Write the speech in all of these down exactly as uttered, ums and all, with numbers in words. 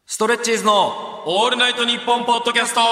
ストレッチーズのオールナイトニッポンポッドキャスト。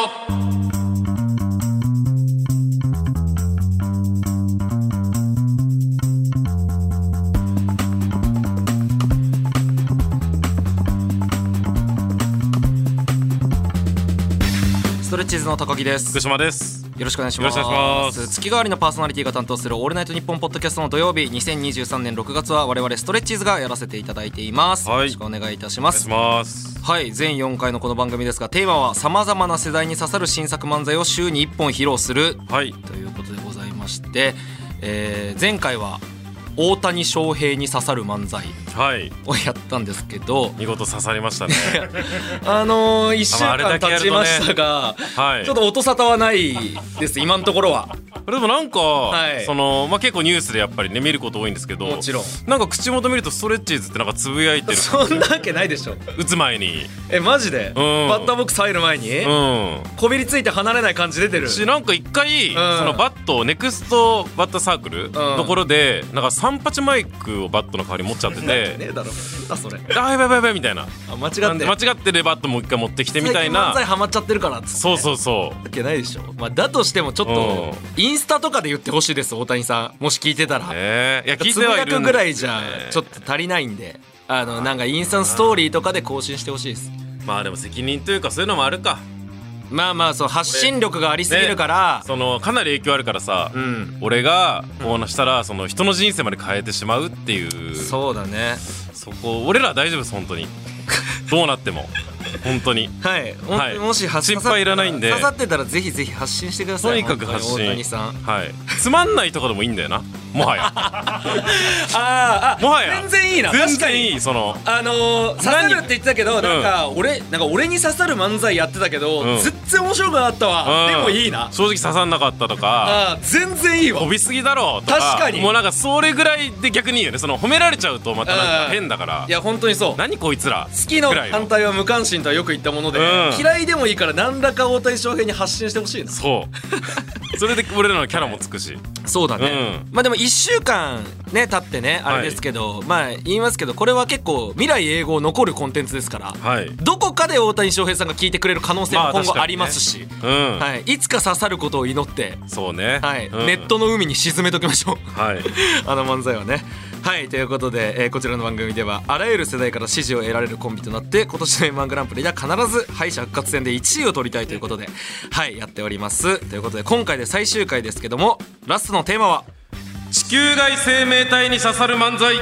ストレッチーズの高木です。 福島です。 よろしくお願いします。 よろしくお願いします。 月替わりのパーソナリティが担当するオールナイトニッポンポッドキャストの土曜日、にせんにじゅうさんねんろくがつは我々ストレッチーズがやらせていただいています、はい、よろしくお願いいたします。 お願いします。 はい、全よんかいのこの番組ですが、テーマは様々な世代に刺さる新作漫才を週にいっぽん披露する、はい、ということでございまして、えー、前回は大谷翔平に刺さる漫才をやったんですけど、はい、 見事刺さりましたねあのー、いっしゅうかん経ちましたが、ね、はい、ちょっと音沙汰はないです今のところは。 でもなんか、はい、そのまあ、結構ニュースでやっぱりね見ること多いんですけど、 もちろんなんか口元見るとストレッチーズってなんかつぶやいてる。 そんなわけないでしょ。打つ前にえマジで、うん、バッターボックス入る前に、うん、こびりついて離れない感じ出てるし、なんか一回、うん、そのバットネクストバッターサークルのところで、うん、なんか三八マイクをバットの代わりに持っちゃっててねえだろあそれあやばいやばいやばいみたいな、 あ間違って間違ってるバットもう一回持ってきてみたいな。 最近漫才ハマっちゃってるからっつって、 そうそうそうわけないでしょ。まあ、だとしてもちょっとインスタとかで言ってほしいです、大谷さんもし聞いてたら。 えー、いや聞いてはいるんつぶやくぐらいじゃちょっと足りないんで、あのなんかインスタのストーリーとかで更新してほしいです。 まあでも責任というかそういうのもあるか。 まあまあそう発信力がありすぎるから、 ね、そのかなり影響あるからさ、うん、俺がこうなしたらその人の人生まで変えてしまうっていう。 そうだね。 そこ俺ら大丈夫です本当にどうなっても本当にはい、はい、もし発心配いらないんで刺さってたらぜひぜひ発信してください。 とにかく発信。 大谷さん、 はい、つまんないとかでもいいんだよなもはやああもはや全然いいな。 全然いい。そのあのー、刺さるって言ってたけど、なんか俺なんか俺に刺さる漫才やってたけど、うん、全然面白くなかったわ、うん、でもいいな。 正直刺さんなかったとか、 あ全然いいわ。 飛びすぎだろとか。 確かにもうなんかそれぐらいで逆にいいよね。その褒められちゃうとまたなんか変だから。 いや本当にそう。 何こいつら。 好きの反対は無関心とはよく言ったもので、うん、嫌いでもいいから何らか大谷翔平に発信してほしいな。 そうそれで俺らのキャラもつくし、はい、 そうだね、うん、まあでもいっしゅうかんね経ってねあれですけど、はい、まあ言いますけどこれは結構未来永劫残るコンテンツですから、はい、どこかで大谷翔平さんが聞いてくれる可能性も今後ありますし、まあね、うん、はい、いつか刺さることを祈って、 そうね、 はい、うん、ネットの海に沈めときましょう、はい、あの漫才はね。はい、ということで、えー、こちらの番組ではあらゆる世代から支持を得られるコンビとなって今年の エムワン グランプリでは必ず敗者復活戦でいちいを取りたいということで、はいやっております。ということで今回で最終回ですけども、ラストのテーマは地球外生命体に刺さる漫才。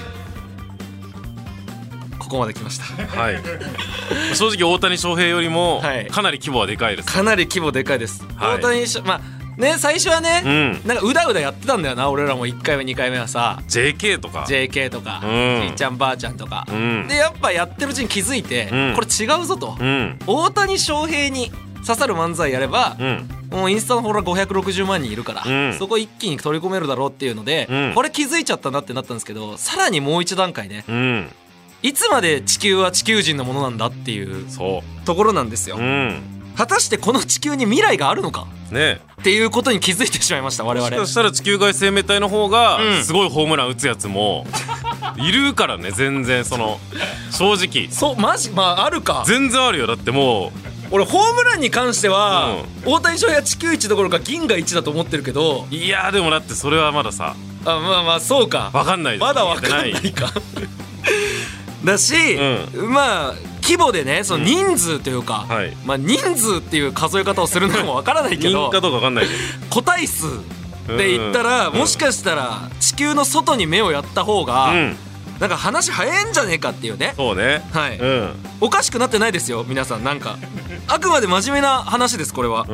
ここまで来ました、 はい、正直大谷翔平よりもかなり規模はでかいです、 かなり規模でかいです、はい、大谷翔まあね、最初はね、うん、なんかうだうだやってたんだよな俺らもいっかいめにかいめはさジェーケー とかジェーケー とか、うん、じいちゃんばあちゃんとか、うん、でやっぱやってるうちに気づいて、うん、これ違うぞと、うん、大谷翔平に刺さる漫才やれば、うん、もうインスタのフォロワーごひゃくろくじゅうまんにんいるから、うん、そこ一気に取り込めるだろうっていうので、うん、これ気づいちゃったなってなったんですけど、さらにもう一段階ね、うん、いつまで地球は地球人のものなんだっていうところなんですよ、うん、果たしてこの地球に未来があるのかねっていうことに気づいてしまいました我々。 もしかしたら地球外生命体の方がすごいホームラン打つやつもいるからね全然。その正直そうマジまああるか全然あるよ。だってもう俺ホームランに関しては、うん、大谷翔平は地球一どころか銀河一だと思ってるけど、 いやでもだってそれはまださあまあまあそうか分かんないまだ分かんないかだし、うん、まあ規模でねその人数というか、うんはい、まあ、人数っていう数え方をするのもわからないけど人かどうかわかんないけど個体数で言ったら、うん、もしかしたら地球の外に目をやった方が、うん、なんか話早いんじゃねえかっていうね。 そうね、 はい、うん、おかしくなってないですよ皆さん。なんかあくまで真面目な話ですこれは、うん、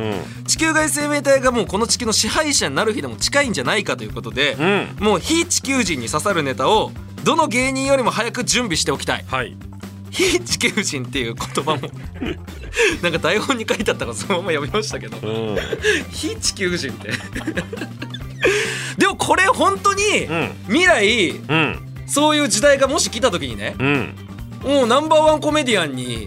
地球外生命体がもうこの地球の支配者になる日でも近いんじゃないかということで、うん、もう非地球人に刺さるネタをどの芸人よりも早く準備しておきたい、はい、非地球人っていう言葉もなんか台本に書いてあったからそのまま読みましたけど、うん、非地球人ってでもこれ本当に未来、うん、そういう時代がもし来た時にね、うん、もうナンバーワンコメディアンに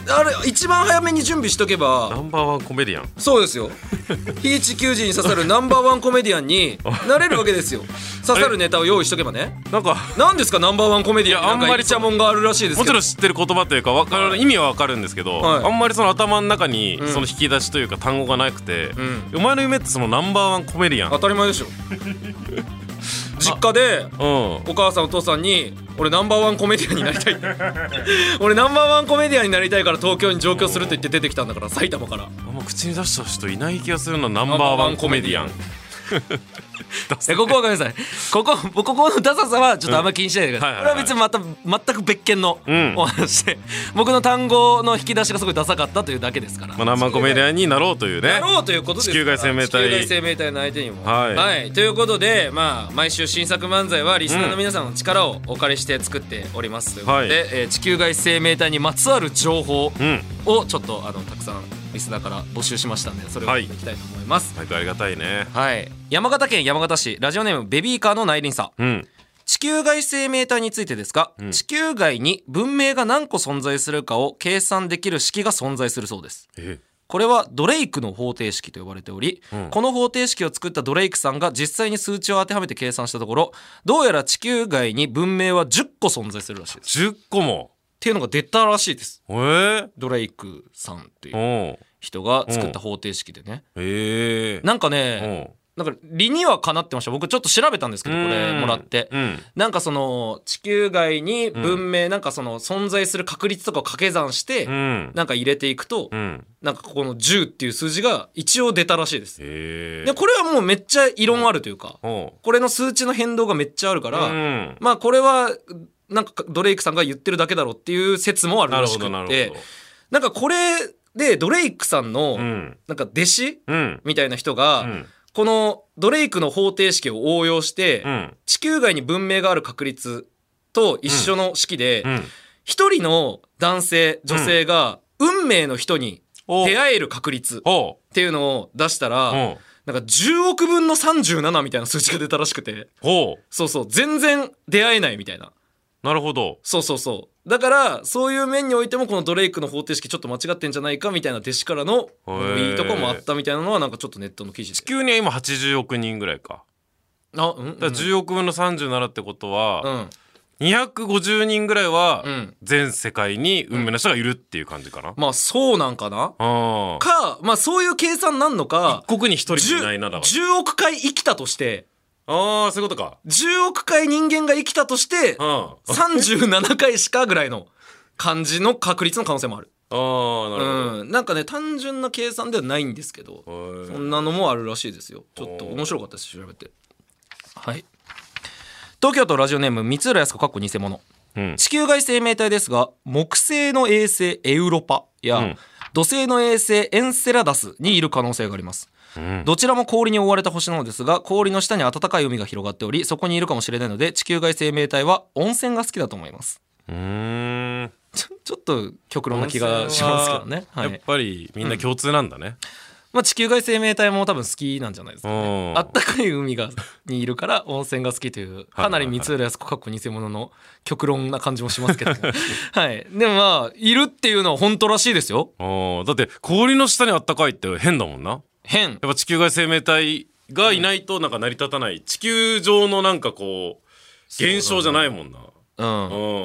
あれ一番早めに準備しとけばナンバーワンコメディアン。 そうですよ非地球人に刺さるナンバーワンコメディアンになれるわけですよ。刺さるネタを用意しとけばね。 なんかなんですかナンバーワンコメディアン。いやあんまりイチャモンがあるらしいですけど、 もちろん知ってる言葉というかわかる、はい、意味はわかるんですけど、はい、あんまりその頭の中にその引き出しというか単語がなくて、うん、お前の夢ってそのナンバーワンコメディアン。 当たり前でしょ実家で、うん、お母さんお父さんに俺ナンバーワンコメディアンになりたいって俺ナンバーワンコメディアンになりたいから東京に上京するって言って出てきたんだから、埼玉から。 あんま口に出した人いない気がするな、ナンバーワンコメディアンえここはごめんなさい、ここここのダサさはちょっとあんまり気にしないでください、うん、これは別にまた全く別件のお話で、うん、僕の単語の引き出しがすごいダサかったというだけですから、 まあ、ナンバーコメディアンになろうというね、 なろうということですから、 地球外生命体地球外生命体の相手にも、 はい、 はい、ということで、まあ、毎週新作漫才はリスナーの皆さんの力をお借りして作っておりますということで、はい、えー、地球外生命体にまつわる情報をちょっとあのたくさんリスナーから募集しましたんで、それをやっていきたいと思います。 はい、ありがたいね。 はい、山形県山形市ラジオネームベビーカーの内輪差、うん、地球外生命体についてですが、うん、地球外に文明が何個存在するかを計算できる式が存在するそうです。えこれはドレイクの方程式と呼ばれており、うん、この方程式を作ったドレイクさんが実際に数値を当てはめて計算したところ、どうやら地球外に文明はじゅっこ存在するらしいです。 じゅっこもっていうのが出たらしいです。 えー、 ドレイクさんっていう人が作った方程式でね、 えー、 なんかね、なんか理にはかなってました。僕ちょっと調べたんですけど、これもらって、うん、なんかその地球外に文明、うん、なんかその存在する確率とかを掛け算して、うん、なんか入れていくと、うん、なんかここのじゅうっていう数字が一応出たらしいです。 へー。 でこれはもうめっちゃ異論あるというか、うん、これの数値の変動がめっちゃあるから、うん、まあこれはなんかドレイクさんが言ってるだけだろうっていう説もあるらしくって、なんかこれでドレイクさんのなんか弟子、うん、みたいな人が、うん、このドレイクの方程式を応用して、うん、地球外に文明がある確率と一緒の式で一、うん、人の男性女性が運命の人に出会える確率っていうのを出したら、なんかじゅうおくぶんのさんじゅうななみたいな数値が出たらしくて、そうそう全然出会えないみたいな。 なるほど。 そうそうそう。だからそういう面においてもこのドレイクの方程式ちょっと間違ってんじゃないかみたいな弟子からのいいとこもあったみたいなのはなんかちょっとネットの記事で。 地球には今はちじゅうおくにんぐらいか。 あ、うん、うん、 だからじゅうおくぶんのさんじゅうななってことは、うん、にひゃくごじゅうにんぐらいは全世界に運命の人がいるっていう感じかな。 うん、まあそうなんかな。あか、まあそういう計算なんのか。 一国に一人いないなだわ。 じゅうおくかい生きたとして。 ああそういうことか。 じゅうおくかい人間が生きたとして、うん、さんじゅうななかいしかぐらいの感じの確率の可能性もある。 ああなるほど、 うん、なんかね単純な計算ではないんですけど、そんなのもあるらしいですよ。ちょっと面白かったです調べて。はい。東京都ラジオネーム三浦靖子かっこ偽物、うん、地球外生命体ですが木星の衛星エウロパや、うん、土星の衛星エンセラダスにいる可能性があります。うん、どちらも氷に覆われた星なのですが氷の下に暖かい海が広がっておりそこにいるかもしれないので地球外生命体は温泉が好きだと思います。 うーんち, ょちょっと極論な気がしますけどね、 はい、やっぱりみんな共通なんだね、うんまあ、地球外生命体も多分好きなんじゃないですかね。あったかい海がにいるから温泉が好きというかなり三浦靖子かっこ偽物の極論な感じもしますけどはい。でもまあいるっていうのは本当らしいですよ。 あだって氷の下にあったかいって変だもんな。 変。 やっぱ地球外生命体がいないとなんか成り立たない地球上のなんかこう現象じゃないもんな。 うん、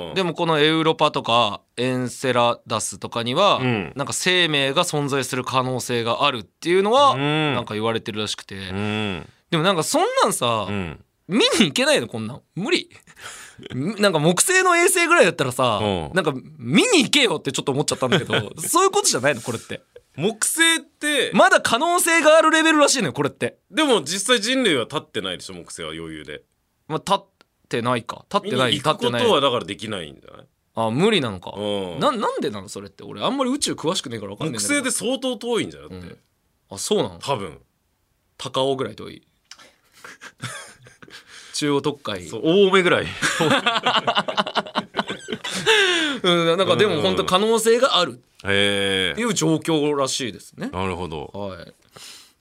でもこのエウロパとかエンセラダスとかには、うん、なんか生命が存在する可能性があるっていうのは、うん、なんか言われてるらしくて、うん、でもなんかそんなんさ、うん、見に行けないのこんなん無理なんか木星の衛星ぐらいだったらさ、うん、なんか見に行けよってちょっと思っちゃったんだけどそういうことじゃないのこれって。 木星ってまだ可能性があるレベルらしいのよこれって。 でも実際人類は立ってないでしょ木星は余裕で。 まあ立って立ってないか立ってない立ってない。行くことはだからできないんじゃない。 あ無理なのか、うん、な, なんでなのそれって。俺あんまり宇宙詳しくねえから分かんないんだけど。 木星で相当遠いんじゃなくて、うん、 あそうなの。 多分高尾ぐらい遠い中央特海そう青梅ぐらいうん、なんかでも本当可能性があるっていう状況らしいですね。 なるほど、 はい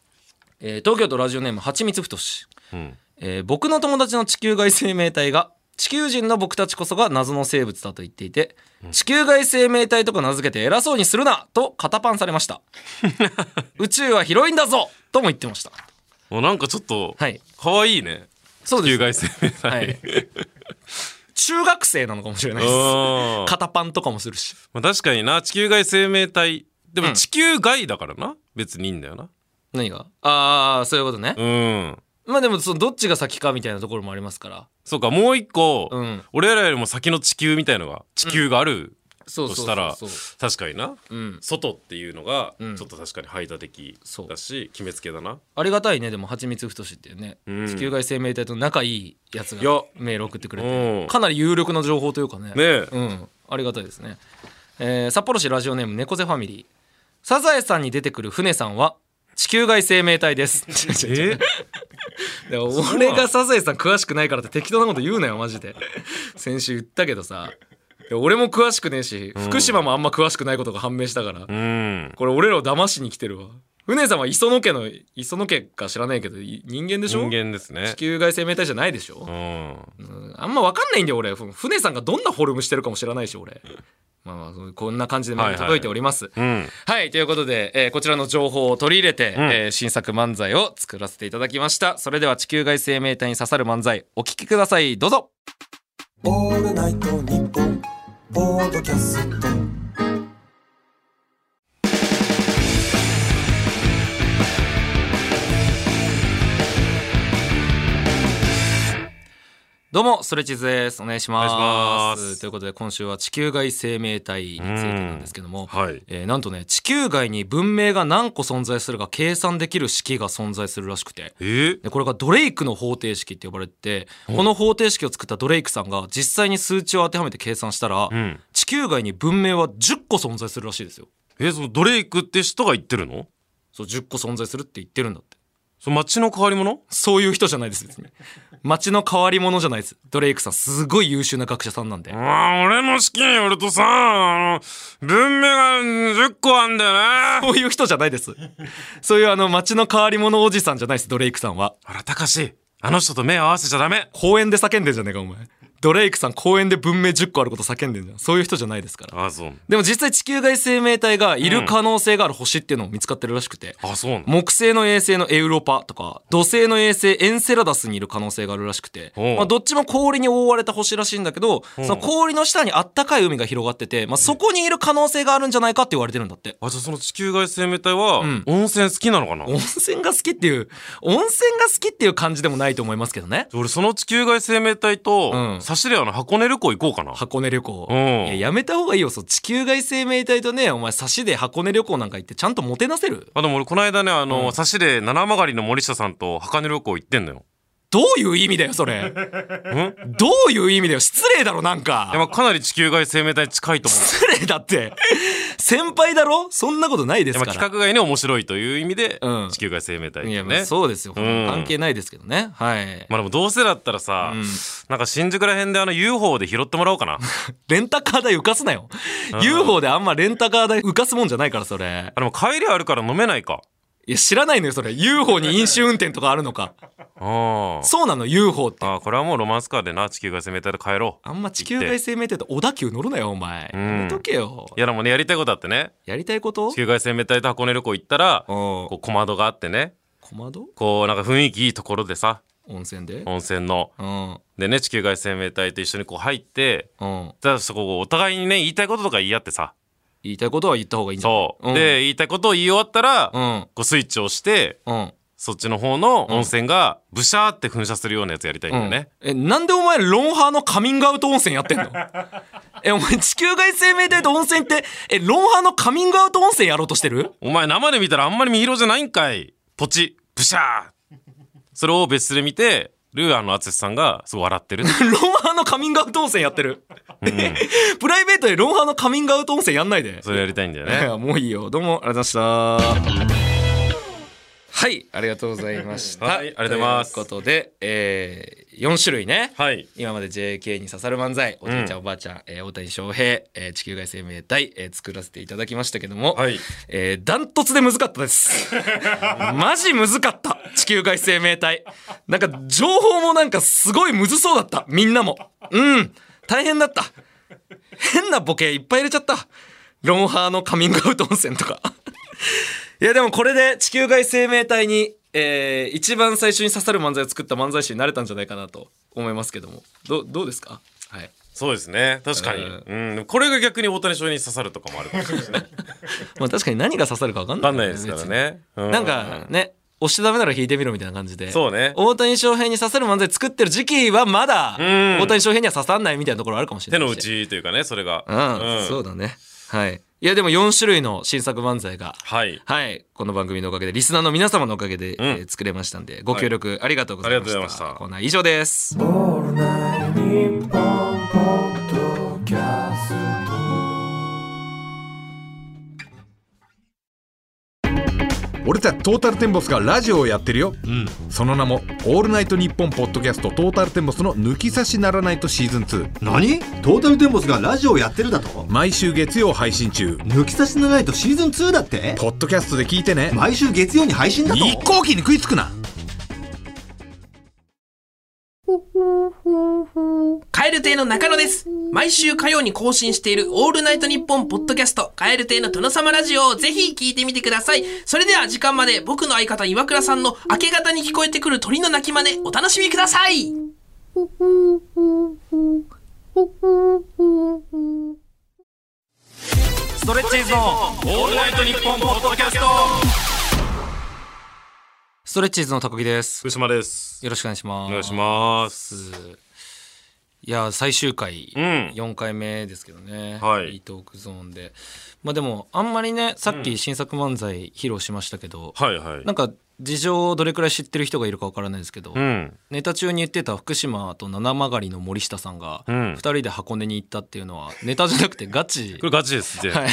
えー、東京都ラジオネームはちみつふとし、うんえー、僕の友達の地球外生命体が地球人の僕たちこそが謎の生物だと言っていて、地球外生命体とか名付けて偉そうにするなと肩パンされました宇宙は広いんだぞとも言ってました。 もうなんかちょっと可愛いね、はい、 そうです。 地球外生命体、はい、 中学生なのかもしれないです。肩パンとかもするし、 まあ、確かにな、地球外生命体でも地球外だからな、うん、別にいいんだよな。 何が？ああ、そういうことね。 うん。 まあでもそのどっちが先かみたいなところもありますから。 そうか、もう一個、 うん、 俺らよりも先の地球みたいのが地球があるとしたら、 そうそうそうそう、 確かにな、 うん、 外っていうのがちょっと確かに排他的だし、決めつけだな。 ありがたいね。でもはちみつふとしっていうね、うん、地球外生命体と仲いいやつがメール送ってくれて、かなり有力な情報というかね、 ね、 うん、ありがたいですね。えー、札幌市ラジオネーム猫背ファミリー。サザエさんに出てくる船さんは地球外生命体ですえ俺がサザエさん詳しくないからって適当なこと言うなよマジで。先週言ったけどさ、俺も詳しくねえし、うん、福島もあんま詳しくないことが判明したから、うん、これ俺らを騙しに来てるわ。船さんは磯野家の磯野家か知らないけど人間でしょ。 人間ですね。 地球外生命体じゃないでしょ、うんうん、あんま分かんないんだよ俺。船さんがどんなフォルムしてるかも知らないし俺。まあ、まあこんな感じでメール届いております。はい、はいうんはい、ということで、えー、こちらの情報を取り入れて、うんえー、新作漫才を作らせていただきました。それでは地球外生命体に刺さる漫才お聞きください。どうぞ。オールナイトニッポンポッドキャスト。どうもストレッチーズです。お願いします。 お願いします。 ということで今週は地球外生命体についてなんですけども、 はいえー、なんとね地球外に文明が何個存在するか計算できる式が存在するらしくて、 えー、 でこれがドレイクの方程式って呼ばれてて、この方程式を作ったドレイクさんが実際に数値を当てはめて計算したら、うん、地球外に文明はじゅっこ存在するらしいですよ。 えー、そのドレイクって人が言ってるの？ そうじゅっこ存在するって言ってるんだって。 その街の変わり者？ そういう人じゃないです別に。街の変わり者じゃないです。ドレイクさんすごい優秀な学者さんなんで。 あ俺の式によるとさ、あの文明がじゅっこあんだよね。 そういう人じゃないです。そういうあの街の変わり者おじさんじゃないです。ドレイクさんは。 あらたかし、あの人と目を合わせちゃダメ。 公園で叫んでんじゃねえかお前。ドレイクさん公園で文明じゅっこあること叫んでんじゃん。そういう人じゃないですから。 あそう。 でも実際地球外生命体がいる可能性がある星っていうのも見つかってるらしくて、 うん、あそうなの。 木星の衛星のエウロパとか土星の衛星エンセラダスにいる可能性があるらしくて、まあ、どっちも氷に覆われた星らしいんだけど、その氷の下にあったかい海が広がってて、まあ、そこにいる可能性があるんじゃないかって言われてるんだって。 あじゃあその地球外生命体は温泉好きなのかな、うん、 温泉が好きっていう温泉が好きっていう感じでもないと思いますけどね。 俺その地球外生命体と差しであの箱根旅行行こうかな。 箱根旅行、 うん、 いややめた方がいいよ。そう地球外生命体とねお前差しで箱根旅行なんか行ってちゃんともてなせる。 あでも俺この間ねあの、うん、差しで七曲りの森下さんと箱根旅行行ってんのよ。 どういう意味だよそれどういう意味だよ。失礼だろなんか。 いやまあかなり地球外生命体近いと思う。 失礼だって先輩だろ。そんなことないですから。 企画外に面白いという意味で、 うん、 地球外生命体、ね、 いやまあそうですよ、うん、関係ないですけどね。はいまあでもどうせだったらさ、うん、なんか新宿ら辺であの ユーフォー で拾ってもらおうかなレンタカー代浮かすなよユーフォー であんまレンタカー代浮かすもんじゃないからそれ。 あでも帰りあるから飲めないか。 いや知らないのよそれ。 ユーフォー に飲酒運転とかあるのかあそうなの ユーフォー って。 あこれはもうロマンスカーでな地球外生命体で帰ろう。 あんま地球外生命体と小田急乗るなよお前、うん、やめとけよ。 いやでもねやりたいことあってね。 やりたいこと？ 地球外生命体と箱根旅行行ったらこう小窓があってね。 小窓？ こうなんか雰囲気いいところでさ温泉で温泉の、うん、でね地球外生命体と一緒にこう入って、うん、だそこお互いにね言いたいこととか言い合ってさ。 言いたいことは言った方がいいんだ。 そう、うん、で言いたいことを言い終わったら、うん、こうスイッチを押して、うん、そっちの方の温泉がブシャーって噴射するようなやつやりたいんだよね、 うん、えなんでお前ロンハーのカミングアウト温泉やってんのえお前地球外生命体と温泉ってえロンハーのカミングアウト温泉やろうとしてる？ お前生で見たらあんまり見広じゃないんかい。ポチブシャーそれを別室で見てルーアンの淳さんがすごい笑ってるロンハーのカミングアウト温泉やってる、うん、プライベートでロンハーのカミングアウト温泉やんないで。 それやりたいんだよねもういいよ。どうもありがとうございました。 はい、ありがとうございました。 はい、ありがとうございます。 ということで、えー、よん種類ね、 はい、 今まで ジェーケー に刺さる漫才、おじいちゃん、うん、おばあちゃん、えー、大谷翔平、えー、地球外生命体、えー、作らせていただきましたけども、はい、えー、ダントツで難かったですマジ難かった。地球外生命体なんか情報もなんかすごいむずそうだった。みんなもうん大変だった。変なボケいっぱい入れちゃった。ロンハーのカミングアウト温泉とかいやでもこれで地球外生命体に、えー、一番最初に刺さる漫才を作った漫才師になれたんじゃないかなと思いますけども、 ど, どうですか？はい、 そうですね、確かに、えーうん、これが逆に大谷翔平に刺さるとかもあるかもしれないですねまあ確かに何が刺さるか分かんない、ね、 分かんないですからね、うん、 なんかね押してダメなら引いてみろみたいな感じで、 そうね、 大谷翔平に刺さる漫才作ってる時期はまだ大谷翔平には刺さんないみたいなところあるかもしれないし、 手の内というかね、それが、 うんうん、そうだね。はい、いやでもよん種類の新作漫才が、はい、はい、この番組のおかげでリスナーの皆様のおかげで、うん、えー、作れましたんでご協力ありがとうございました。はい、ありがとうございました。コーナー以上です。 俺たちトータルテンボスがラジオをやってるよ、うん、その名もオールナイトニッポンポッドキャストトータルテンボスの抜き差しならないとシーズンツー。 何？トータルテンボスがラジオをやってるだと？ 毎週月曜配信中。 抜き差しならないとシーズンツーだって？ ポッドキャストで聞いてね。 毎週月曜に配信だと？ 一向機に食いつくな。 蛙亭の中野です。毎週火曜に更新しているオールナイトニッポンポッドキャスト蛙亭の殿様ラジオをぜひ聞いてみてください。それでは時間まで僕の相方岩倉さんの明け方に聞こえてくる鳥の鳴き真似お楽しみください。 ストレッチーズのオールナイトニッポンポッドキャスト。 ストレッチーズの高木です。 福島です。 よろしくお願いします。 お願いします。 いや最終回、うん、よんかいめですけどね、はい、いいトークゾーンで、まあでもあんまりねさっき新作漫才披露しましたけど、うん、はいはい、なんか事情をどれくらい知ってる人がいるかわからないですけど、うん、ネタ中に言ってた福島と七曲りの森下さんがふたりで箱根に行ったっていうのはネタじゃなくてガチこれガチですね、はいはい、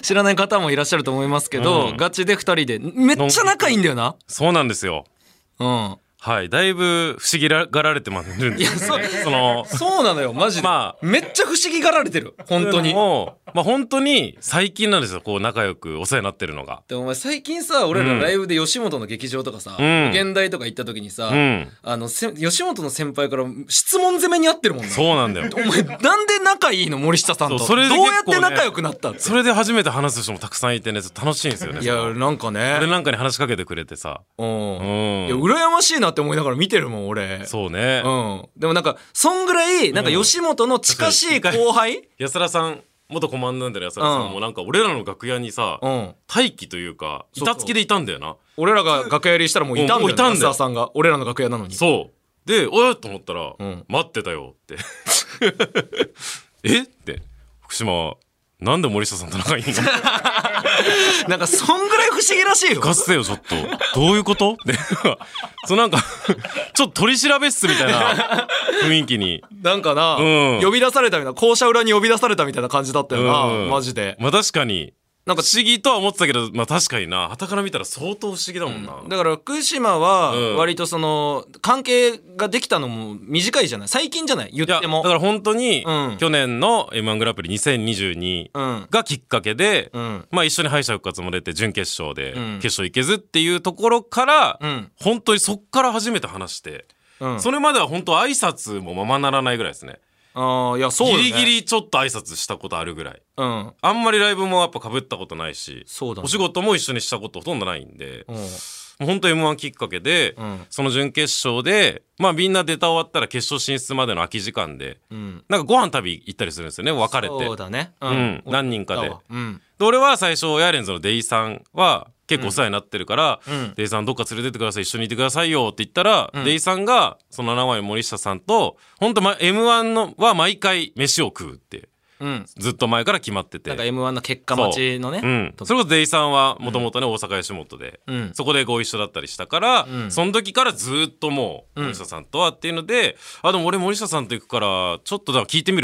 知らない方もいらっしゃると思いますけど、うん、ガチでふたりでめっちゃ仲いいんだよな。 そうなんですよ、 うん、 はい、だいぶ不思議がられてまするんです、ね、いや そ, そのそうなのよマジで、まあ、めっちゃ不思議がられてる本当に。 もう、まあ、本当に最近なんですよこう仲良くお世話になってるのが。 でもお前最近さ俺らライブで吉本の劇場とかさ、うん、現代とか行った時にさ、うん、あの吉本の先輩から質問攻めにあってるもんな。 そうなんだよ。 お前なんで仲いいの森下さんと。それで、ね、どうやって仲良くなったって。 それで初めて話す人もたくさんいてね楽しいんですよね。 いやなんかね俺なんかに話しかけてくれてさ、うん、 うん、いや羨ましいなって思いながら見てるもん俺。 そうね、 うん、でもなんかそんぐらいなんか吉本の近しい後輩、うん、 安田さん元コマンダントの安田さんもなんか俺らの楽屋にさ、うん、待機というか板付きでいたんだよな。 俺らが楽屋入りしたらもういたんだよ、ね、安田さんが俺らの楽屋なのに。 そうでおやと思ったら、うん、待ってたよってえって福島なんで森下さんと仲いいのなんかそんぐらい不思議らしいよ。 かせよちょっとどういうことでそうなんかちょっと取り調べ室みたいな雰囲気になんかな、うん、呼び出されたみたいな校舎裏に呼び出されたみたいな感じだったよな、うん、マジで。 まあ確かになんか不思議とは思ってたけど、まあ確かにな傍から見たら相当不思議だもんな、 うん、だから福島は割とその関係ができたのも短いじゃない最近じゃない言っても。 だから本当に去年の エムワン グランプリにせんにじゅうにがきっかけで、うん、まあ一緒に敗者復活も出て準決勝で決勝行けずっていうところから、うん、本当にそっから初めて話して、うん、それまでは本当挨拶もままならないぐらいですね。 あいやそうだね、 ギリギリちょっと挨拶したことあるぐらい、うん、あんまりライブもやっぱ被ったことないし、そうだね、お仕事も一緒にしたことほとんどないんで、うん、もう本当 エムワン きっかけで、うん、その準決勝で、まあ、みんな出た終わったら決勝進出までの空き時間で、うん、なんかご飯食べ行ったりするんですよね別れて。 そうだね、 うんうん、何人かで、うん、で俺は最初ヤーレンズのデイさんは結構お世話になってるから、うん、デイさんどっか連れてってください一緒にいてくださいよって言ったら、うん、デイさんがそのななまい森下さんと本当、ま、エムワン のは毎回飯を食うって、うん、ずっと前から決まっててなんか エムワン の結果待ちのねそ,、うん、それこそデイさんはもともとね大阪吉本で、うん、そこでご一緒だったりしたから、うん、その時からずっともう森下さんとはっていうので、うん、あでも俺森下さんと行くからちょっとだから聞いてみるわっ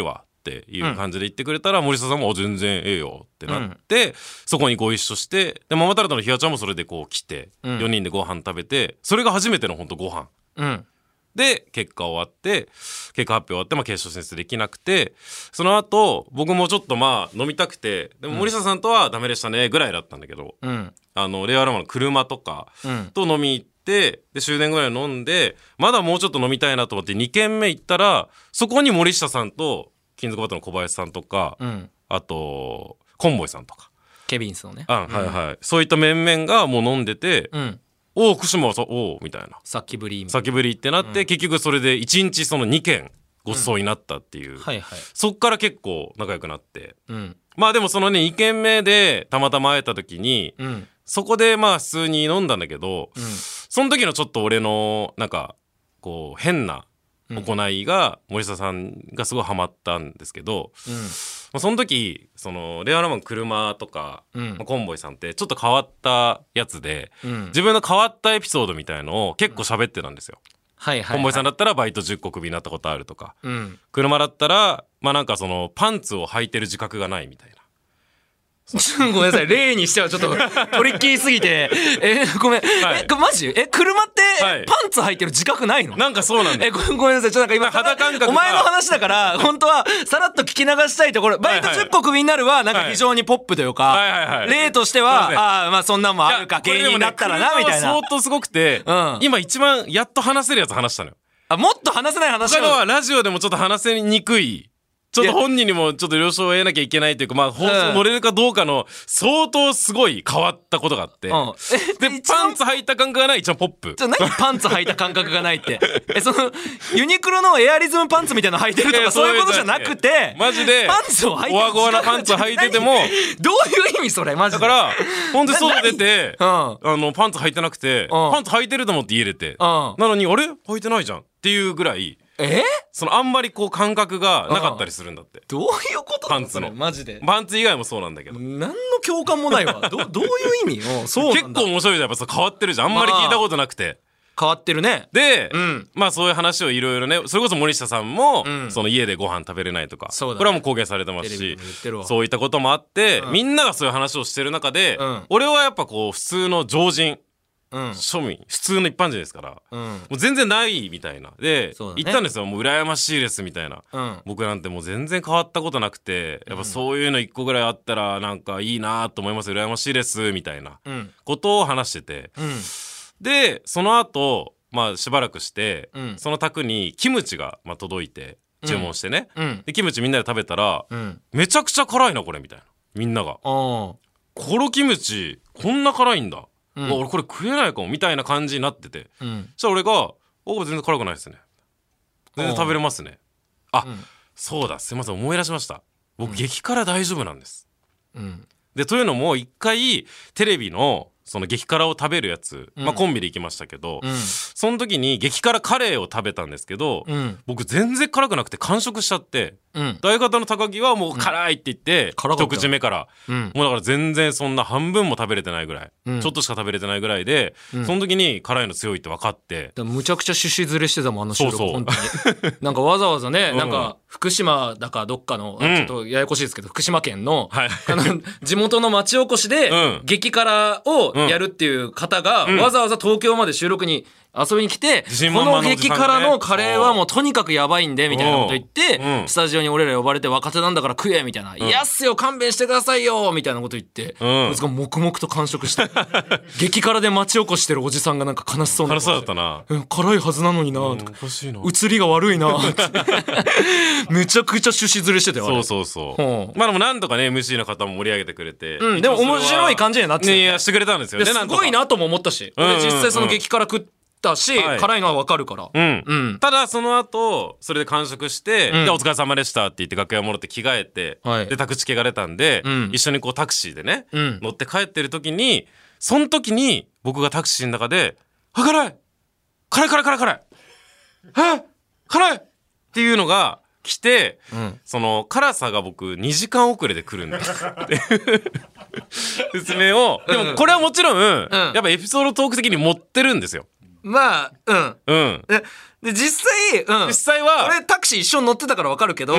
っていう感じで言ってくれたら、うん、森下さんも全然ええよってなって、うん、そこにご一緒してでママタルトのひわちゃんもそれでこう来て、うん、よにんでご飯食べてそれが初めての本当ご飯、うん、で結果終わって結果発表終わって、まあ、決勝進出できなくてその後僕もちょっとまあ飲みたくてでも森下さんとはダメでしたねぐらいだったんだけど、うん、あのレイアロマの車とかと飲み行って、で終電ぐらい飲んでまだもうちょっと飲みたいなと思ってにけんめ行ったらそこに森下さんと金属バットの小林さんとか、うん、あとコンボイさんとかケビンスのねあ、はいはい、そういった面々がもう飲んでて、うん、おお福島はさおおみたいなさっきぶりさっきぶりってなって、うん、結局それでいちにちそのにけんごちそうになったっていう、うんはいはい、そっから結構仲良くなって、うん、まあでもそのねにけんめでたまたま会えた時に、うんそこでまあ普通に飲んだんだけど、うん、その時のちょっと俺のなんかこう変な行いが森下さんがすごいハマったんですけど、うんまあ、その時そのレアロマン車とか、うんまあ、コンボイさんってちょっと変わったやつで、うん、自分の変わったエピソードみたいのを結構喋ってたんですよ。はいはいはい、コンボイさんだったらバイトじゅっこクビになったことあるとか、うん、車だったらまあなんかそのパンツを履いてる自覚がないみたいなごめんなさい例にしてはちょっとトリッキーすぎてえごめん、はい、えマジえ車ってパンツ履いてる自覚ないのなんかそうなんだえ ご, ごめんなさいちょっとなんか今肌感覚お前の話だから本当はさらっと聞き流したいところバイトじゅっこクビになるはなんか非常にポップというか、はいはいはい、例としては、ね、ああまあそんなんもあるか芸人になったらなみたいな相当すごくて、うん、今一番やっと話せるやつ話したのよあもっと話せない話他のはラジオでもちょっと話せにくいちょっと本人にもちょっと了承を得なきゃいけないというかまあ放送乗れるかどうかの相当すごい変わったことがあって、うん、でパンツ履いた感覚がない一応ポップじゃ何パンツ履いた感覚がないってえそのユニクロのエアリズムパンツみたいなの履いてるとかそういうことじゃなくてマジでパンツを履いてるおわごわなパンツを履いててもどういう意味それマジでだから本当に外出て、うん、あのパンツ履いてなくて、うん、パンツ履いてると思って家出て、うん、なのにあれ履いてないじゃんっていうぐらいえそのあんまりこう感覚がなかったりするんだってどういうことパンツのマジでパンツ以外もそうなんだけど何の共感もないわど, どういう意味そう結構面白いじゃんやっぱさ変わってるじゃんあんまり聞いたことなくて変わってるねで、うん、まあそういう話をいろいろねそれこそ森下さんも、うん、その家でご飯食べれないとか、ね、これはもう公言されてますしそういったこともあって、うん、みんながそういう話をしてる中で、うん、俺はやっぱこう普通の常人うん、庶民普通の一般人ですから、うん、もう全然ないみたいなで、ね、言ったんですよもう羨ましいですみたいな、うん、僕なんてもう全然変わったことなくてやっぱそういうの一個ぐらいあったらなんかいいなと思います羨ましいですみたいなことを話してて、うん、でその後まあしばらくして、うん、その宅にキムチがまあ届いて注文してね、うん、でキムチみんなで食べたら、うん、めちゃくちゃ辛いなこれみたいなみんながこのキムチこんな辛いんだうん、俺これ食えないかもみたいな感じになってて、うん、そしたら俺が「お全然辛くないですね全然食べれますね」あ、うん、そうだすいません思い出しました僕、うん、激辛大丈夫なんです、うん、でというのも一回テレビのその激辛を食べるやつ、うんまあ、コンビで行きましたけど、うん、その時に激辛カレーを食べたんですけど、うん、僕全然辛くなくて完食しちゃって、うん、相方の高木はもう辛いって言って、うん、一口目から、うん、もうだから全然そんな半分も食べれてないぐらい、うん、ちょっとしか食べれてないぐらいで、うん、その時に辛いの強いって分かってむちゃくちゃ趣旨ずれしてたもんあの収録そうそう本当になんかわざわざね、うん、なんか福島だかどっかの、うん、ちょっとややこしいですけど福島県の、はい、あの地元の町おこしで、うん、激辛をやるっていう方が、うん、わざわざ東京まで収録に遊びに来て、うん、この激辛のカレーはもうとにかくやばいんでみたいなこと言って、うん、スタジオに俺ら呼ばれて若手なんだから食えみたいな、うん、いやっすよ勘弁してくださいよみたいなこと言って、うん、僕が黙々と完食して激辛で町おこしてるおじさんがなんか悲しそうな辛そうだったな、 うん、辛いはずなのにな、うん、映りが悪いなめちゃくちゃ趣旨ずれしてたよそうそうそう、うん、まあでもなんとかね エムシー の方も盛り上げてくれて、 うん、でも面白い感じになってねやしてくれたんですよねすごいなとも思ったし、うんうんうん、俺実際その激辛食ってだし、はい、辛いのは分かるから、 うんうん、ただその後それで完食して、うん、でお疲れ様でしたって言って楽屋戻って着替えて、はい、でタクチケが出たんで、うん、一緒にこうタクシーでね、うん、乗って帰ってる時にその時に僕がタクシーの中で「あ辛い辛い辛い辛い辛いあ辛い!」っていうのが来て、うん、その辛さが僕にじかん遅れで来るんだって説明をでもこれはもちろん、うん、やっぱエピソードトーク的に持ってるんですよまあうん、 うん、 で実際、うん、 実際は俺タクシー一緒に乗ってたから分かるけど、うん、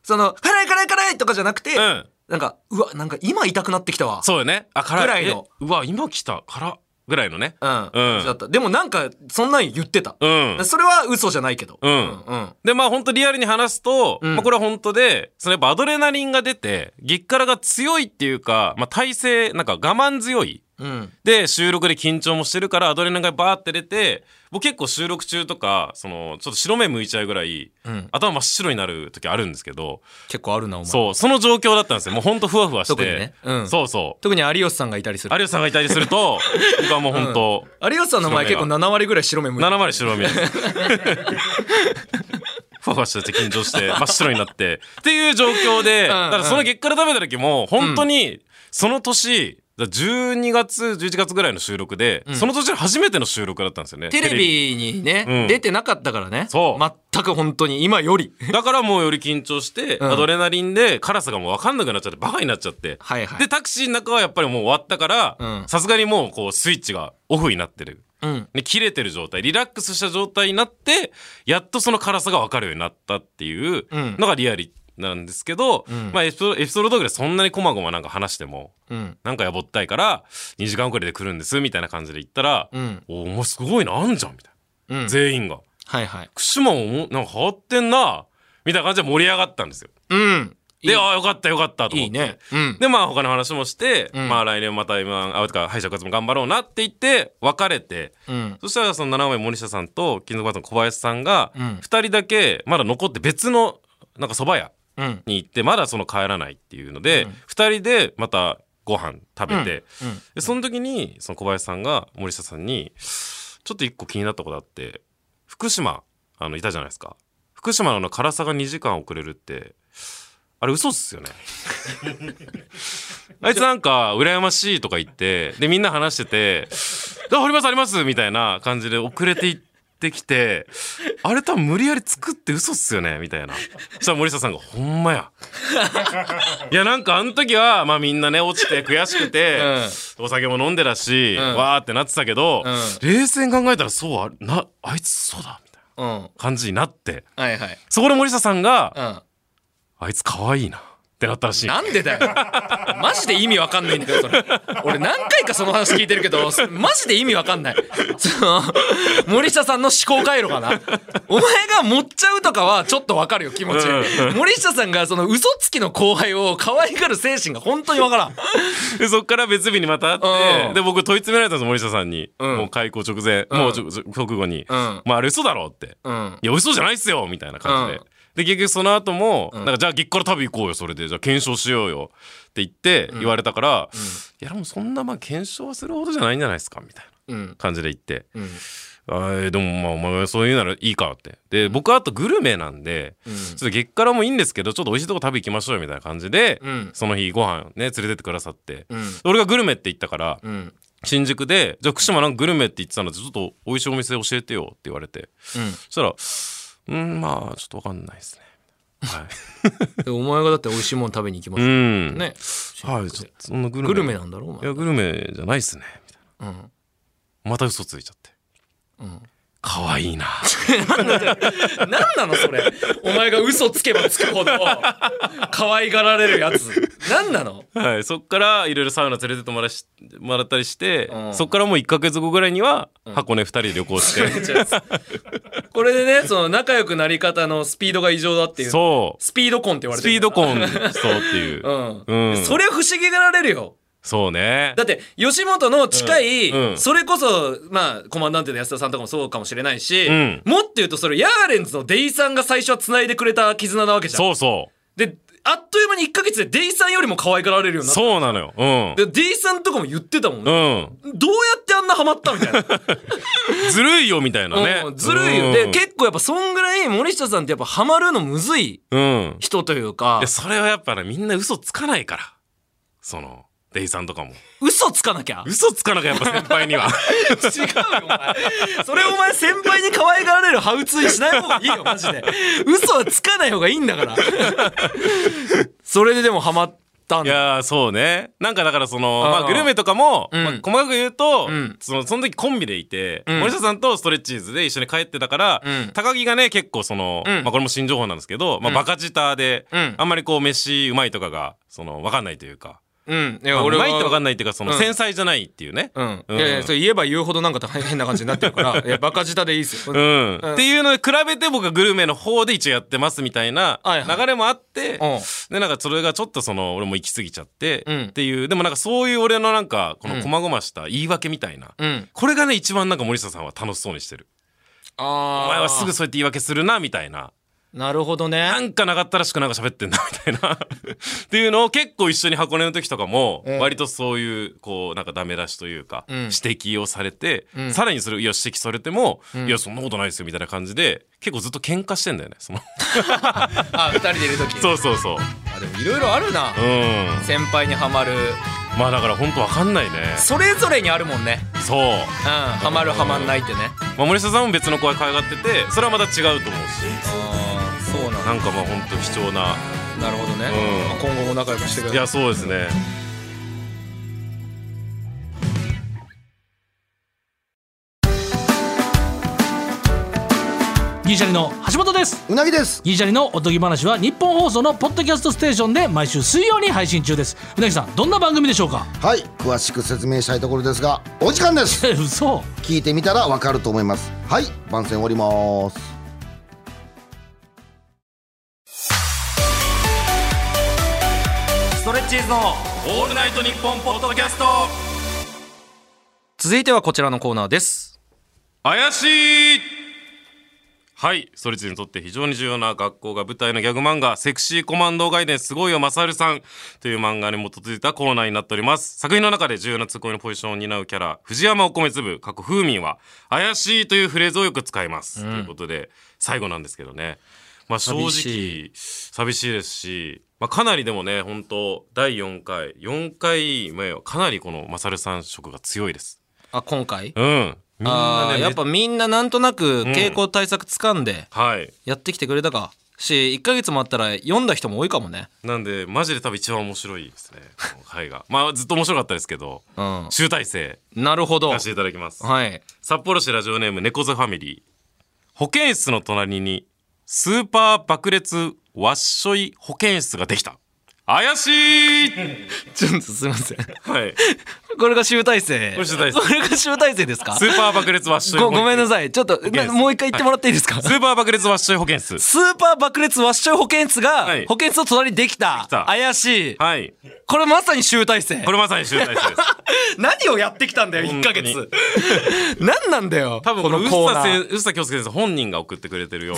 その辛い辛い辛いとかじゃなくて、うん、なんかうわなんか今痛くなってきたわ。 そうよね。あ辛いぐらいの。 うわ今来た辛ぐらいのね。 うん。うん、だった。でもなんかそんなん言ってた。うん。それは嘘じゃないけど。 うん。うん。でまあ本当リアルに話すと、うん、まあこれは本当で、そのやっぱアドレナリンが出て激辛が強いっていうか、まあ体勢なんか我慢強い。うん、で収録で緊張もしてるからアドレナリンがバーって出て、僕結構収録中とかそのちょっと白目向いちゃうぐらい、うん、頭真っ白になる時あるんですけど、 結構あるなお前。 そうその状況だったんですよ。もうほんとふわふわして特にね、うん、 そうそう特に有吉さんがいたりする有吉さんがいたりすると僕はもうほんと、 うん、有吉さんの前結構なな割ぐらい白目向いてる。 なな割白目ふわふわして緊張して真っ白になってっていう状況で、だからその激辛食べた時も本当にその年じゅうにがつじゅういちがつぐらいの収録で、うん、その年初めての収録だったんですよね。 テレビにね、うん、出てなかったからね。 そう全く本当に今よりだからもうより緊張して、うん、アドレナリンで辛さがもう分かんなくなっちゃってバカになっちゃって、はいはい、でタクシーの中はやっぱりもう終わったからさすがにもうこうスイッチがオフになってる、うん、で切れてる状態リラックスした状態になってやっとその辛さが分かるようになったっていうのがリアリなんですけど、うん、まあエピソード、エピソードトークでそんなにこまごまなんか話しても、うん、なんかやぼったいからにじかん遅れで来るんですみたいな感じで言ったら、うん、お前すごいなあんじゃんみたいな、うん、全員がはいはい串間もなんか変わってんなみたいな感じで盛り上がったんですよ。 うんで、ああよかったよかったと思って。 いいね。うん、 で、まあ他の話もして、うん、まあ来年また エムワン、あ、とか敗者復活も頑張ろうなって言って別れて、うん、そしたらそのななわめ森下さんと金属バットの小林さんがふたりだけまだ残って別のなんか蕎麦屋に行ってまだその帰らないっていうので、うん、ふたりでまたご飯食べて、うんうん、でその時にその小林さんが森下さんにちょっと一個気になったことあって、福島あのいたじゃないですか。福島の辛さがにじかん遅れるってあれ嘘っすよねあいつなんか羨ましいとか言ってでみんな話しててあありますありますみたいな感じで遅れていってきてあれ多分無理やり作って嘘っすよねみたいな。そしたら森下さんがほんまやいやなんかあの時はまあみんなね落ちて悔しくて、うん、お酒も飲んでたし、うん、わーってなってたけど、うん、冷静に考えたらそうあなあいつそうだみたいな感じになって、 うんはいはい、 そこで森下さんが、うんあいつ可愛いなってなったらしい。 なんでだよマジで意味わかんないんだけどそれ。俺何回かその話聞いてるけどマジで意味わかんない。その森下さんの思考回路かな。お前が持っちゃうとかはちょっとわかるよ気持ち、うん、森下さんがその嘘つきの後輩を可愛がる精神が本当にわからん。 でそっから別日にまた会って、うん、で僕問い詰められたんです森下さんに、うん、もう開校直前、うん、もう直後に、うん、まああれ嘘だろって、うん、いや嘘じゃないっすよみたいな感じで、うんで結局その後も、うん、なんかじゃあ激辛食べ行こうよそれでじゃあ検証しようよって言って言われたから、うん、いやもうそんなまあ検証するほどじゃないんじゃないですかみたいな感じで言って、うん、あでもまあお前そういうならいいかってで僕はあとグルメなんで、うん、ちょっと激辛もいいんですけどちょっと美味しいとこ食べ行きましょうよみたいな感じで、うん、その日ご飯ね連れてってくださって、うん、俺がグルメって言ったから、うん新宿でじゃあ福島なんかグルメって言ってたのでちょっと美味しいお店教えてよって言われて、うん、そしたらうんまあちょっと分かんないですね。はい、 お前がだって美味しいもの食べに行きますよね。 はい、ちょっとそんなグルメグルメなんだろうお前。 いやグルメじゃないっすねみたいな、うん、また嘘ついちゃって、うん、可愛いななんなのそれ。お前が嘘つけばつくほど可愛がられるやつなんなの。 はい、そっからいろいろサウナ連れてってもらしもらったりして、うん、そっからもういっかげつごぐらいには箱根ふたりで旅行して、うん、 これでねその仲良くなり方のスピードが異常だっていう。 そうスピード婚って言われてる。 スピード婚そうっていう、 うんうん、それ不思議がられるよ。 そうね。 だって吉本の近い、うんうん、それこそまあコマンダンテの安田さんとかもそうかもしれないし、うん、もっと言うとそれヤーレンズのデイさんが最初は繋いでくれた絆なわけじゃん。 そうそうであっという間にいっかげつでデイさんよりも可愛がられるようになった。 そうなのよ、うん、 でデイさんとかも言ってたもんね、うん、どうやってあんなハマったみたいなずるいよみたいなね、 うん、ずるいよ、うん、で結構やっぱそんぐらい森下さんってやっぱハマるのむずい人というか、 うん、でそれはやっぱねみんな嘘つかないからそのデイさんとかも嘘つかなきゃ嘘つかなきゃやっぱ先輩には違うよお前それお前先輩に可愛がられるハウツーにしない方がいいよマジで。嘘はつかない方がいいんだからそれででもハマったんだ。 いやそうね。なんかだからそのまあグルメとかも、 うんまあ、細かく言うと、 うん、 そのその時コンビでいて、 うん、 森下さんとストレッチーズで一緒に帰ってたから、うん、高木がね結構その、うん、まあこれも新情報なんですけど、まあバカ舌で、うん、あんまりこう飯うまいとかがその分かんないというか。 うん、いや、まあ、俺はうまいって分かんないっていうかその繊細じゃないっていうね、 うん、うん、いやいやそれ言えば言うほどなんか変な感じになってるからいやバカ舌でいいっすよ、 うんうん、っていうので比べて僕はグルメの方で一応やってますみたいな流れもあって、はいはい、でなんかそれがちょっとその俺も行き過ぎちゃって、うん、っていうでもなんかそういう俺のなんかこの細々した言い訳みたいな、うん、これがね一番なんか森下さんは楽しそうにしてる。あお前はすぐそうやって言い訳するなみたいな。 なるほどね。 なんかなかったらしくなんか喋ってんだみたいなっていうのを結構一緒に箱根の時とかも割とそういうこうなんかダメ出しというか指摘をされて、うん、さらにそれいや指摘されても、うん、いやそんなことないですよみたいな感じで結構ずっと喧嘩してんだよねそのあふたりでいる時そうそうそう。 あでもいろいろあるな、うん、先輩にはまる。 まあだから本当わかんないね。 それぞれにあるもんね。 そう、うん、 はまるはまんないってね、 まあ、森下さんも別の子が可愛がっててそれはまた違うと思うし。 あそうなんだ。 なんかまあ本当貴重な。 なるほどね、うんまあ、今後も仲良くしてください。 いやそうですね。 ギリシャリの橋本です。 うなぎです。 ギリシャリのおとぎ話は日本放送のポッドキャストステーションで毎週水曜に配信中です。うなぎさんどんな番組でしょうか。 はい、詳しく説明したいところですがお時間です。 嘘。 聞いてみたらわかると思います。はい、番宣終わります。 ストレッチーズのオールナイトニッポンポッドキャスト。 続いてはこちらのコーナーです。 怪しい。はい、ストレッチーズにとって非常に重要な学校が舞台のギャグ漫画セクシーコマンド外伝すごいよマサルさんという漫画に基づいたコーナーになっております。作品の中で重要なツッコミのポジションを担うキャラ藤山お米粒過去風民は怪しいというフレーズをよく使います、うん、ということで最後なんですけどね、まあ、正直寂しい、寂しいですし、まあ、かなりでもね本当だいよんかいよんかいめはかなりこのマサルさん色が強いです。 あ今回うんみんなね、 あやっぱみんななんとなく傾向対策つかんでやってきてくれたか、しいっかげつもあったら読んだ人も多いかもね。 なんでマジで多分一番面白いですねこの回がまあずっと面白かったですけど、うん、集大成なるほど出していただきます、 はい、 札幌市ラジオネーム猫背ファミリー。保健室の隣にスーパー爆裂ワッショイ保健室ができた。怪しいちょっとすいませんはいこれが集大成。 これ集大成。 これが集大成ですか。 スーパー爆裂ワッショイごごめんなさいちょっともう一回言ってもらっていいですか、はい、 スーパー爆裂ワッショイ保健室。 スーパー爆裂ワッショイ保健室が保健室の隣にできた、できた怪しい、 はい、 これまさに集大成。 これまさに集大成です何をやってきたんだよいっかげつ何なんだよ多分この臼田恭介先生本人が送ってくれてるよ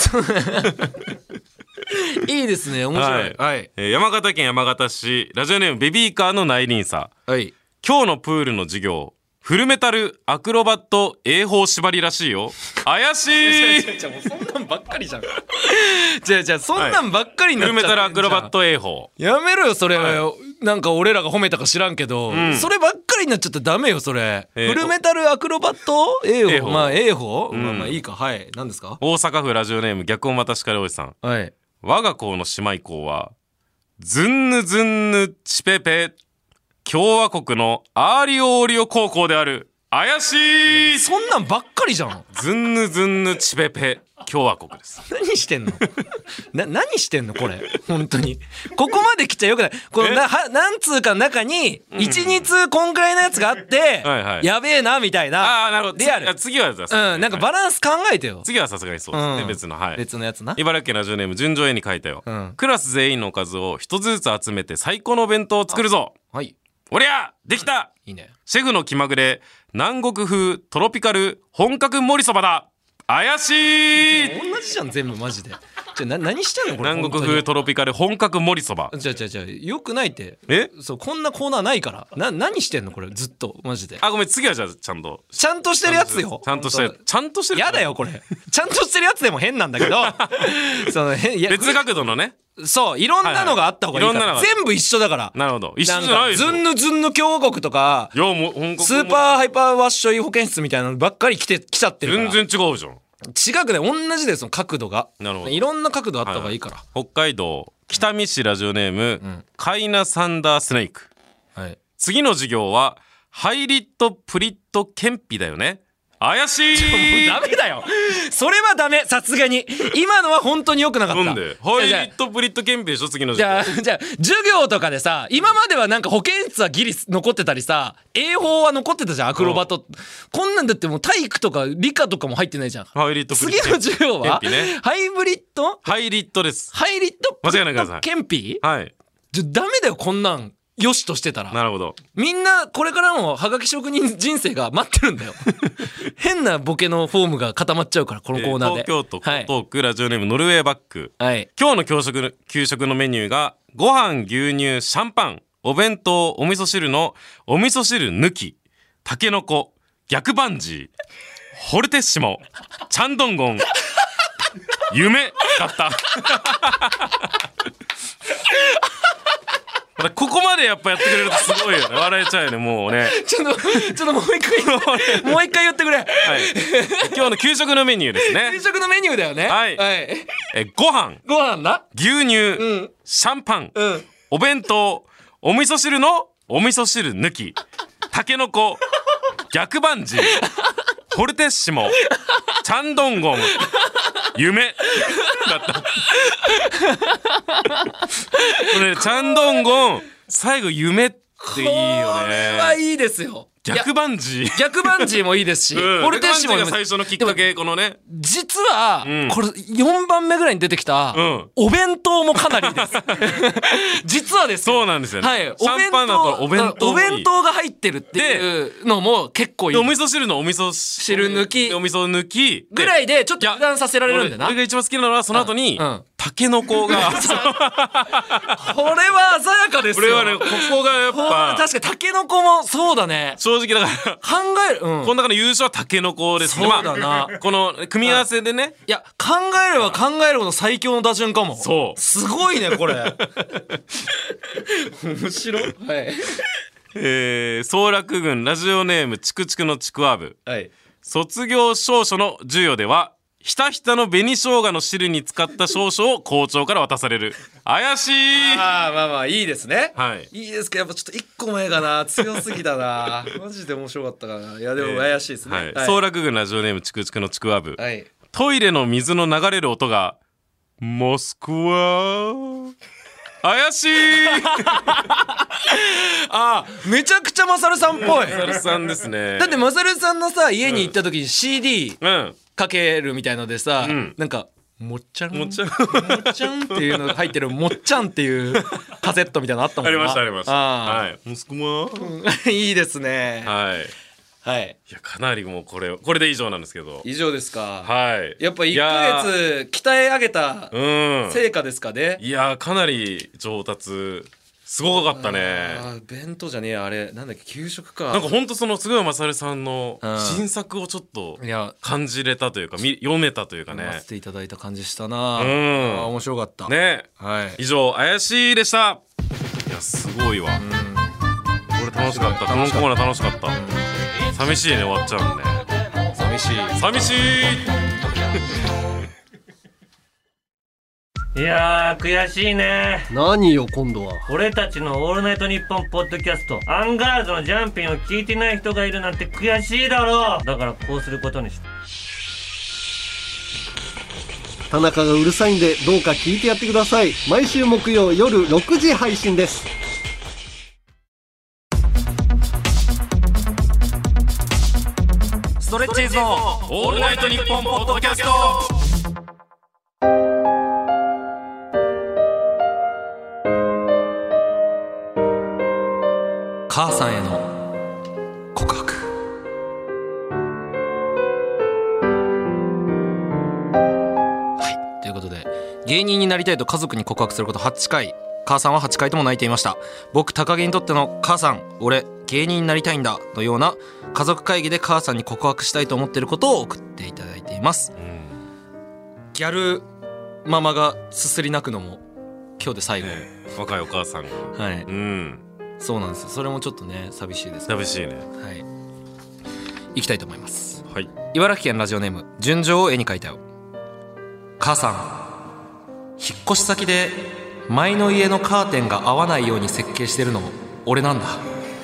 いいですね面白い、はいはいえー、山形県山形市ラジオネームベビーカーの内輪差、 はい、 今日のプールの授業フルメタルアクロバット泳法縛りらしいよ。怪しいじゃじゃもうそんなんばっかりじゃんじゃじゃそんなんばっかりになっちゃってんじゃん、 フルメタルアクロバット泳法やめろよそれ、はい、なんか俺らが褒めたか知らんけど、うん、そればっかりになっちゃったらダメよそれ、えー、フルメタルアクロバット泳法まあ泳法、うん、まあまあいいかはい何ですか。 大阪府ラジオネーム逆をまたしかりおじさん、 はい、 我が校の姉妹校はズンヌズンヌチペペ共和国のアーリオオーリオ高校である。怪しいそんなんばっかりじゃん。 ズンヌズンヌチペペ共和国です。 何してんのな何してんのこれ本当にここまで来ちゃよくない。このなは何通かの中にいちに通こんくらいのやつがあって、はいはい、やべえなみたいな。 あなるほどリアル。 次はうんなんかバランス考えてよ。 次はさすがにそうですね、うん、別の、はい、 別のやつな。 茨城県ラジオネーム順調絵に書いたよ、うん、クラス全員のおかずを一つずつ集めて最高のお弁当を作るぞ。 はい。 おりゃできた、 いいね。 シェフの気まぐれ南国風トロピカル本格盛りそばだ。怪しい同じじゃん全部マジで。じゃな何してんのこれ。 南国風トロピカル本格盛りそば。 じゃじゃじゃよくないって。 えそうこんなコーナーないからな。何してんのこれずっとマジで。 あごめん次はじゃあちゃんとちゃんとしてるやつよ。 ちゃんとしてるちゃんとしてるやだよこれちゃんとしてるやつでも変なんだけどその変別角度のね。 そういろんなのがあった方がいいから、はいはい、全部一緒だから。 なるほど一緒じゃないですよ。 ズンヌズンヌ共和国とかいやもう本格スーパーハイパーワッショイ保健室みたいなのばっかり来て来ちゃってるから全然違うじゃん。 違くね同じですよ角度が。 なるほどいろんな角度あった方がいいから、 はいはい、北海道北見市ラジオネーム、うん、カイナサンダースネーク、はい、次の授業はハイリットプリットケンピだよね。怪しい。 もうダメだよ。それはダメ。さすがに今のは本当に良くなかった。 なんでハイリットプリットケンピでしょ次の授業。 じゃあじゃあ授業とかでさ、今まではなんか保健室はギリ残ってたりさ、英法は残ってたじゃん、アクロバト。こんなんだってもう体育とか理科とかも入ってないじゃん。 ハイリットプリット次の授業は、ね、ハイブリットハイリットです。 ハイリットプリットケンピ。 はい。 じゃダメだよこんなん。よしとしてたら。 なるほど。 みんなこれからもハガキ職人人生が待ってるんだよ。変なボケのフォームが固まっちゃうからこのコーナーで、 えー、東京都江東区、はい、ラジオネームノルウェーバック、 はい、 今日の給食、給食のメニューがご飯牛乳シャンパンお弁当お味噌汁のお味噌汁抜きタケノコ逆バンジーホルテッシモチャンドンゴン夢だった。ここまでやっぱやってくれるとすごいよね。笑えちゃうよねもうね。 ちょっとちょっともう一回もう一回言ってくれ。はい。 今日の給食のメニューですね。 給食のメニューだよね。 はい。はい、えご飯ご飯な牛乳、うん、シャンパン、うん、お弁当お味噌汁のお味噌汁抜きタケノコ逆バンジーホルテッシモチャンドンゴン夢だった。これチャンドンゴン最後夢っていいよね。 これはいいですよ。 逆バンジー逆バンジーもいいですし、 うん、ホルテッシモが最初のきっかけこのね。 実は、うん、これよんばんめぐらいに出てきた、うん、お弁当もかなりいいです。実はです。 そうなんですよね。 はい。 シャンパンだとお弁当お弁当が入ってるっていうのも結構いい。 お味噌汁のお味噌汁抜きお味噌抜きぐらいでちょっと油断させられるんだな。 俺が一番好きなのはその後に、うんうんタケノコがこれは鮮やかですよ。 これはねここがやっぱ確かにタケノコもそうだね。 正直だから考える、うん、 この中の優勝はタケノコですね。 そうだな、まあ、 この組み合わせでね。 いや考えれば考えるほど最強の打順かも。 そうすごいねこれ。面白い。はい。 えー、総楽軍ラジオネームチクチクのちくわぶ、 はい、 卒業証書の授与ではひたひたの紅生姜の汁に使った証書を校長から渡される。怪しい。 ああまあまあいいですね。 はい。 いいですけどやっぱちょっと一個前かな強すぎだな。マジで面白かったかな。いやでも怪しいですね。 えーはい。総楽軍ラジオネームチクチクのちくわぶ。 はい。 トイレの水の流れる音がモスクワ。怪しい。 あめちゃくちゃマサルさんっぽい。 マサルさんですね。 だってマサルさんのさ家に行った時に シーディー、うんかけるみたいのでさ、うん、なんかもっちゃんもっちゃんもっちゃんっていうのが入ってるもっちゃんっていうカセットみたいなのあったもんな。 ありましたありました。はいモスクワ、 うん、いいですね。 はいはいいやかなりもうこれこれで以上なんですけど。 以上ですか。 はいやっぱいっかげつ鍛え上げた成果ですかね。 いやかなり上達すごかったね。 あ弁当じゃねえやあれなんだっけ給食か。 なんかほんとその菅野勝さんの新作をちょっと感じれたというか読めたというかね。 読ませていただいた感じしたな。うんあ面白かったね。 はい以上怪しいでした。いやすごいわ。これ楽しかった。このコーナー楽しかった。寂しいね終わっちゃうんで。 寂しい寂しい。 いやー悔しいね。 何よ今度は。 俺たちのオールナイトニッポンポッドキャストアンガールズのジャンピンを聞いてない人がいるなんて悔しいだろう。だからこうすることにした。 田中がうるさいんでどうか聞いてやってください。毎週木曜夜ろくじ配信です。 ストレッチーズのオールナイトニッポンポッドキャスト。 母さんへの告白。はいということで芸人になりたいと家族に告白することはちかい。母さんははちかいとも泣いていました。僕高木にとっての母さん俺芸人になりたいんだのような家族会議で母さんに告白したいと思っていることを送っていただいています、うん、ギャルママがすすり泣くのも今日で最後、ね、 若いお母さんがはい、 うん、 そうなんですよ。それもちょっとね寂しいです、ね、 寂しいね。 はい行きたいと思います、 はい、 茨城県ラジオネーム純情を絵に描いたよ。母さん引っ越し先で前の家のカーテンが合わないように設計してるの俺なんだ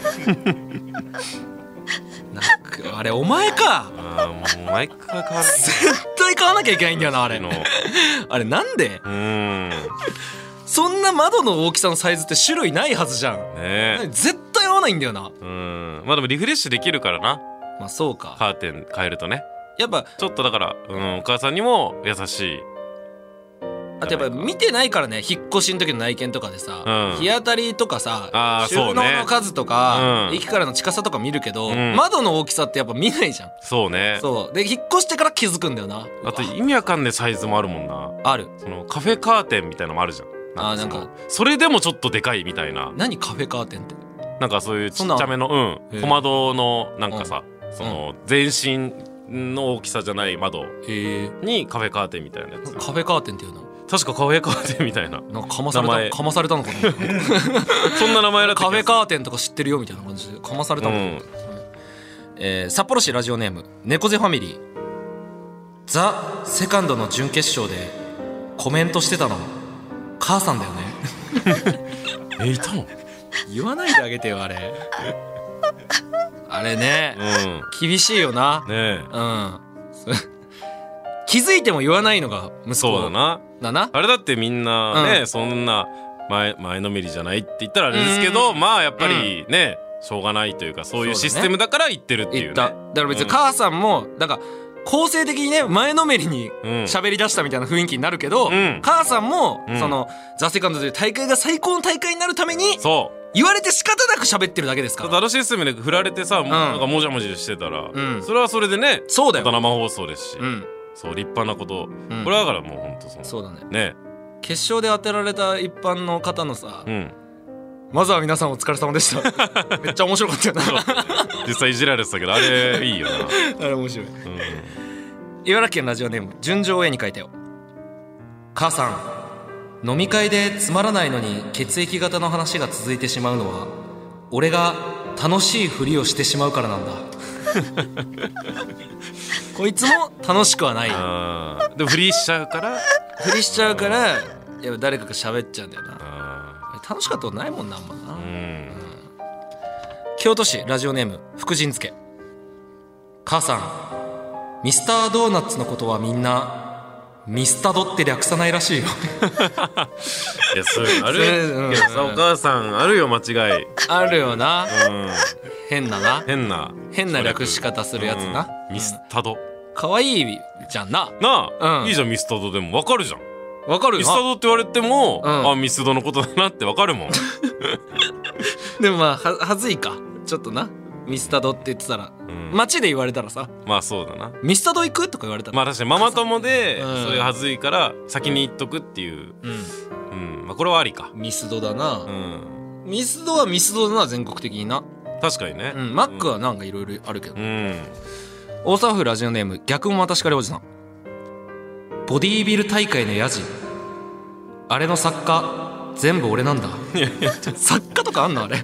なんかあれお前か。 あもう毎回買わない絶対買わなきゃいけないんだよなあれあれなんで。うーんそんな窓の大きさのサイズって種類ないはずじゃん、ね、絶対合わないんだよな。 うんまあでもリフレッシュできるからな。 まあそうか。 カーテン変えるとねやっぱちょっとだから、うん、お母さんにも優しい。 あとやっぱ見てないからね引っ越しの時の内見とかでさ、うん、日当たりとかさ収納の数とか、ねうん、駅からの近さとか見るけど、うん、窓の大きさってやっぱ見ないじゃん。 そうね。 そうで引っ越してから気づくんだよな。 あと意味わかんねえサイズもあるもんな。 ある。 そのカフェカーテンみたいなのもあるじゃん。 あなんかそれでもちょっとでかいみたいな。 何カフェカーテンってなんかそういうちっちゃめのうん小窓のなんかさ、うん、その全身の大きさじゃない窓にカフェカーテンみたいなやつ。 カフェカーテンっていうの確かカフェカーテンみたいな。 なんかかまされたかまされたのかなそんな名前だった。 カフェカーテンとか知ってるよみたいな感じでかまされたのかな、うんえー、札幌市ラジオネーム猫背ファミリー。ザ・セカンドの準決勝でコメントしてたの母さんだよねえいたの言わないであげてよあれあれね、うん、厳しいよなねえうん気づいても言わないのが息子そうだなだな。 あれだってみんなね、うん、そんな 前, 前のめりじゃないって言ったらあれですけど、まあやっぱりね、うん、しょうがないというかそういうシステムだから言ってるっていうね。 だから別に母さんもなんか構成的にね前のめりに喋り出したみたいな雰囲気になるけど、うん、母さんも、うん、そのザ・セカンドという大会が最高の大会になるためにそう言われて仕方なく喋ってるだけですから。 あのシステムで振られてさ、うん、なんかもじゃもじしてたら、うん、それはそれでねそうだよ生放送ですし、うん、そう立派なこと、うん、これはだからもう本当そのそうだね。 ね決勝で当てられた一般の方のさ、うん、まずは皆さんお疲れ様でしためっちゃ面白かったよな実際いじられてたけどあれいいよなあれ面白い、うん、茨城県ラジオネーム純情絵に書いたよ。母さん飲み会でつまらないのに血液型の話が続いてしまうのは俺が楽しいふりをしてしまうからなんだこいつも楽しくはないよ。 あでもフリーしちゃうからフリーしちゃうからやっぱ誰かが喋っちゃうんだよな。あ楽しかったことないもんなあんまな、うんうん、京都市ラジオネーム福神漬。母さんミスタードーナツのことはみんなミスタドって略さないらしいよいやそういうのあるいやさお母さんあるよ間違いあるよな、うん、変なな変な変な略し方するやつな、 うん、ミスタドかわいいじゃんななあ、うん、いいじゃんミスタドでもわかるじゃんわかるよミスタドって言われても、うん、あミスドのことだなってわかるもんでもまあ は, はずいかちょっとなミスタドって言ってたら、うん、街で言われたらさまあそうだなミスタド行くとか言われたらまあ確かにママ友でそれがはずいから先に言っとくっていう、うんうんまあ、これはありかミスドだな、うん、ミスドはミスドだな全国的にな確かにね、 うん、マックはなんかいろいろあるけど、うん、大阪府ラジオネーム逆も私からおじさん。ボディービル大会のヤジあれの作家全部俺なんだ作家とかあんのあれ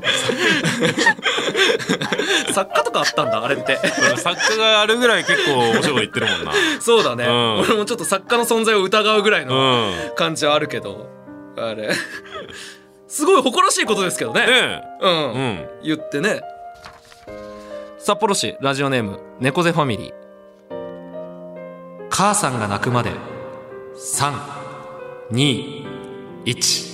作家とかあったんだあれって作家があるぐらい結構面白いこと言ってるもんなそうだね、うん、俺もちょっと作家の存在を疑うぐらいの感じはあるけど、うん、あれすごい誇らしいことですけどね、ねうん、うん、言ってね。札幌市ラジオネーム猫背ファミリー。母さんが泣くまでさん、に、いち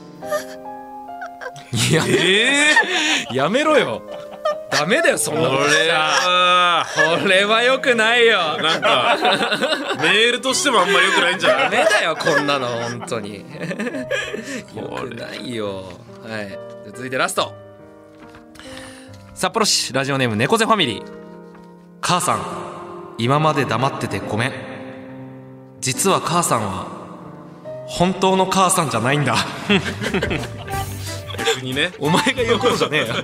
いや、えー、やめろよダメだよそんなことしちゃこれは良くないよなんかメールとしてもあんまり良くないんじゃないダメだよこんなの本当に良くないよ。はい、続いてラスト。札幌市ラジオネーム猫背ファミリー。母さん今まで黙っててごめん。実は母さんは本当の母さんじゃないんだ逆にねお前が言うことじゃねえよ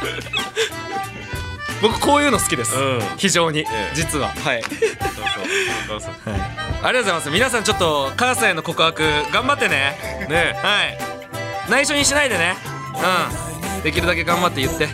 僕こういうの好きです、うん、非常に、ええ、実ははいそうそうそうそう、はい、ありがとうございます。皆さんちょっと母さんへの告白頑張ってね。ねはい内緒にしないでね。うんできるだけ頑張って言って。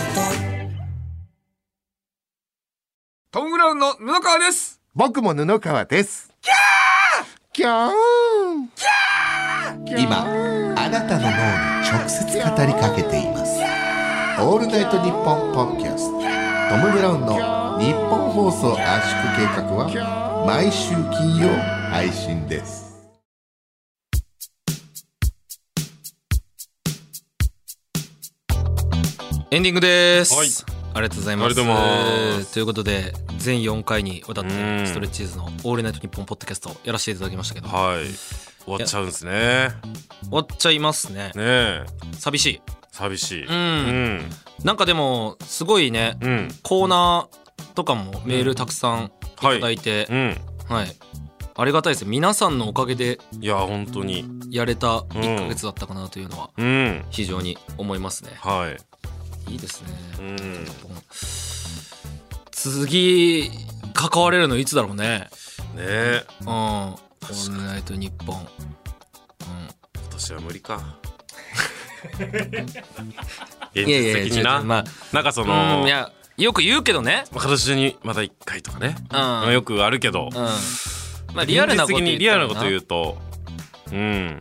トム・ブラウンの布川です。 僕も布川です。キャーキャーキャー今あなたの脳に直接語りかけています。オールナイトニッポンポッドキャスト、トム・ブラウンの日本放送圧縮計画は毎週金曜配信です。 エンディングです、 はい、 ありがとうございます。 ありがとうございます。 ということで全よんかいにわたってストレッチーズのオールナイトニッポンポッドキャストやらせていただきましたけど、 はい、終わっちゃうんですね。 終わっちゃいますね。 ねえ、 寂しい寂しい、 うんうん、 なんかでもすごいね、うん、コーナーとかもメールたくさんいただいて、うん、はい、はい、ありがたいです。皆さんのおかげでいや本当にやれたいっかげつだったかなというのは非常に思いますね、 うん、はい、 いいですね、 うん、 次関われるのいつだろうね。 ねえ、 うん、オールナイトニッポン、うん、 今年は無理か現実的にな、まあ、なんかその、 うん、いやよく言うけどね、 今年中にまたいっかいとかね、うん、よくあるけど、うん、 まあ、リアルなこと言うとリアルなこと言うと、うん、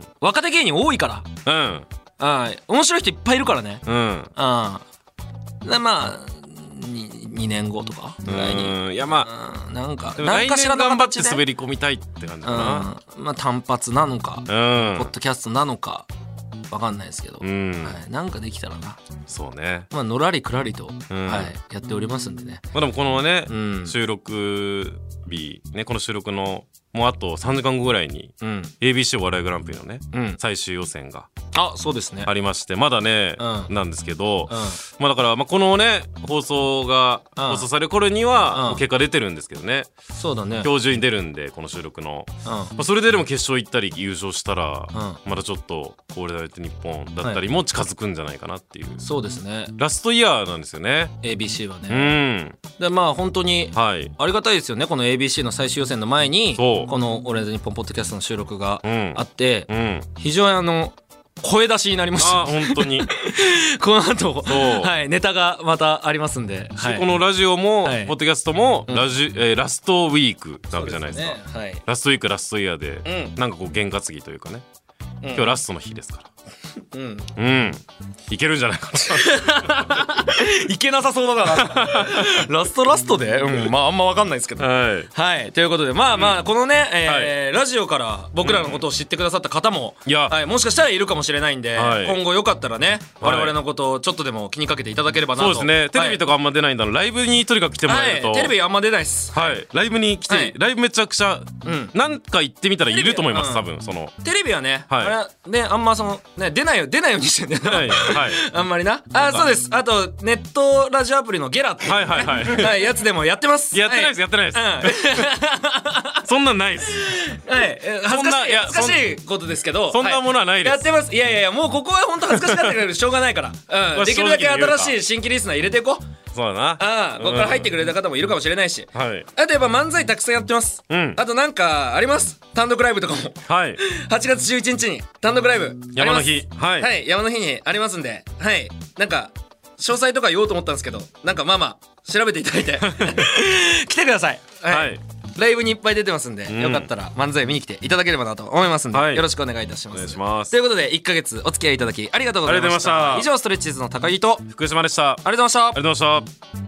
若手芸人多いから、うん、あ、面白い人いっぱいいるからね、うん、あ、でまあにねんごとかぐらいに、 うん、いやまあ、 うん、なんか何かしら頑張って滑り込みたいって感じかな、 うん、まあ単発なのか、うん、ポッドキャストなのかわかんないですけど、うん、はい、なんかできたらな。 そうね、 まあのらりくらりと、うん、はい、やっておりますんでね。 まあでもこのね、うん、収録日ね、この収録のもうあとさんじかんごぐらいに、うん、エービーシー お笑いグランプリのね、うん、最終予選があ、そうですね、 ありまして、まだね、うん、なんですけど、うん、まあだからまあこのね放送が放送される頃には結果出てるんですけどね、 うん、そうだね、 今日中に出るんでこの収録の、うん、まあ、それででも決勝行ったり優勝したら、うん、まだちょっとオールナイトニッポンだったりも近づくんじゃないかなっていう、はい、そうですね、ラストイヤーなんですよねエービーシー はね、うん、でまあ本当にありがたいですよね、この エービーシー の最終予選の前にこのオールナイトニッポンポッドキャストの収録があって、うんうん、非常にあの声出しになりました。 あ、本当にこの後、はい、ネタがまたありますんで、はい、 このラジオも、はい、ポッドキャストも、うん、ラジえー、ラストウィークなわけじゃないですか、 ですね、はい、 ラストウィークラストイヤーで、うん、なんかこう験担ぎというかね、うん、今日ラストの日ですから、うん、うん、いけるんじゃないかないけなさそうだなラストラストで、うん、まああんま分かんないですけど、はい、はい、ということでまあまあ、うん、このね、えーはい、ラジオから僕らのことを知ってくださった方も、うん、はい、もしかしたらいるかもしれないんで、はい、今後よかったらね、我々のことをちょっとでも気にかけていただければなと。 そうですね、テレビとかあんま出ないんだろう、ライブにとにかく来てもらえると、 はい、テレビあんま出ないっす、 はい、ライブに来て、はい、ライブめちゃくちゃ、うん、なんか行ってみたらいると思います、多分そのテレビはね、はい、あれね、あんまそのね、出ないよ出ないようにしてんだよ、はいはい、あんまりな、あ、そうです、あとネットラジオアプリのゲラっていう、ね、はいはいはい、はい、やつでもやってます。 やってないです、はい、やってないです、うん、そんなんないです、 はい、恥ずかしい、恥ずかしいことですけど、 そんなものはないです、 はい、やってます。いやいやいや、もうここは本当恥ずかしがってくれるしょうがないから、うん、できるだけ新しい新規リスナー入れていこう。 そうだな、 ああ、ここから入ってくれた方もいるかもしれないし、はい、あとやっぱ漫才たくさんやってます、うん、あとなんかあります、単独ライブとかも、はい、はちがつじゅういちにちに単独ライブ山の日、 はい、はい、山の日にありますんで、はい、なんか詳細とか言おうと思ったんですけど、なんかまあまあ調べていただいて来てください、はい、はい、ライブにいっぱい出てますんで、うん、よかったら漫才見に来ていただければなと思いますんで、はい、よろしくお願いいたします。お願いします。ということでいっかげつお付き合いいただきありがとうございました。以上ストレッチーズの高木と福島でした。ありがとうございました。 ありがとうございました。